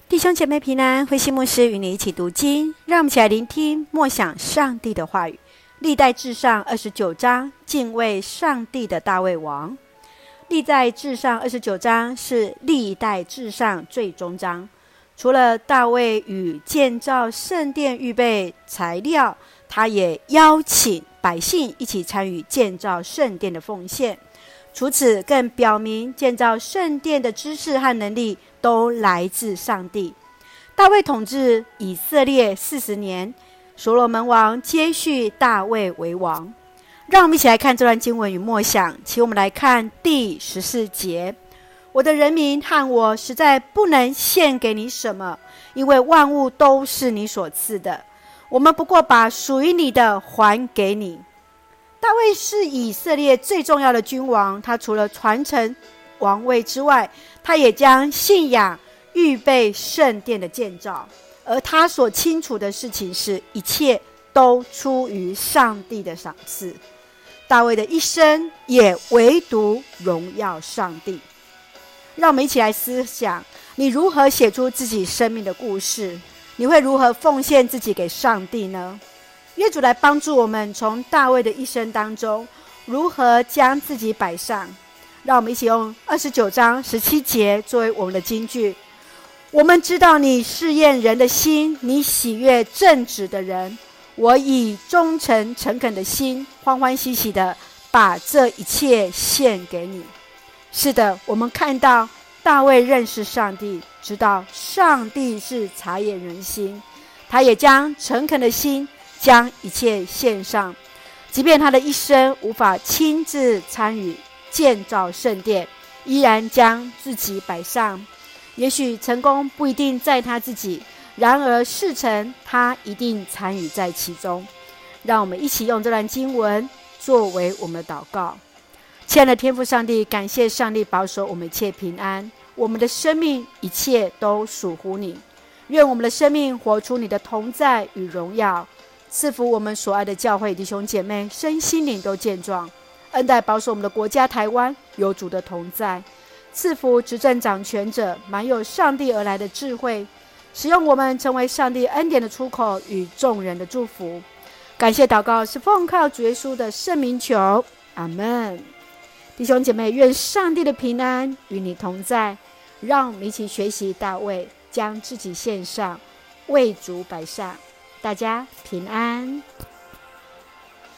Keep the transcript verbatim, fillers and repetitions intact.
弟兄姐妹平安，慧馨牧师与你一起读经，让我们一起来聆听默想上帝的话语。历代志上二十九章，敬畏上帝的大卫王。历代志上二十九章是历代志上最终章，除了大卫与建造圣殿预备材料，他也邀请百姓一起参与建造圣殿的奉献。除此更表明建造圣殿的知识和能力都来自上帝。大卫统治以色列四十年，所罗门王接续大卫为王。让我们一起来看这段经文与默想。请我们来看第十四节：我的人民和我实在不能献给你什么，因为万物都是你所赐的，我们不过把属于你的还给你。大卫是以色列最重要的君王，他除了传承王位之外，他也将信仰预备圣殿的建造。而他所清楚的事情是，一切都出于上帝的赏赐。大卫的一生也唯独荣耀上帝。让我们一起来思想，你如何写出自己生命的故事？你会如何奉献自己给上帝呢？愿主来帮助我们，从大卫的一生当中如何将自己摆上。让我们一起用二十九章十七节作为我们的金句。我们知道你试验人的心，你喜悦正直的人。我以忠诚诚恳的心，欢欢喜喜的把这一切献给你。是的，我们看到大卫认识上帝，知道上帝是察验人心，他也将诚恳的心将一切献上。即便他的一生无法亲自参与建造圣殿，依然将自己摆上。也许成功不一定在他自己，然而事成他一定参与在其中。让我们一起用这段经文作为我们的祷告。亲爱的天父上帝，感谢上帝保守我们一切平安，我们的生命一切都属乎你。愿我们的生命活出你的同在与荣耀，赐福我们所爱的教会弟兄姐妹身心灵都健壮，恩待保守我们的国家台湾有主的同在，赐福执政掌权者满有上帝而来的智慧，使用我们成为上帝恩典的出口与众人的祝福。感谢祷告是奉靠主耶稣的圣名求，阿们。弟兄姐妹，愿上帝的平安与你同在。让我们一起学习大卫，将自己献上，为主摆上。大家平安。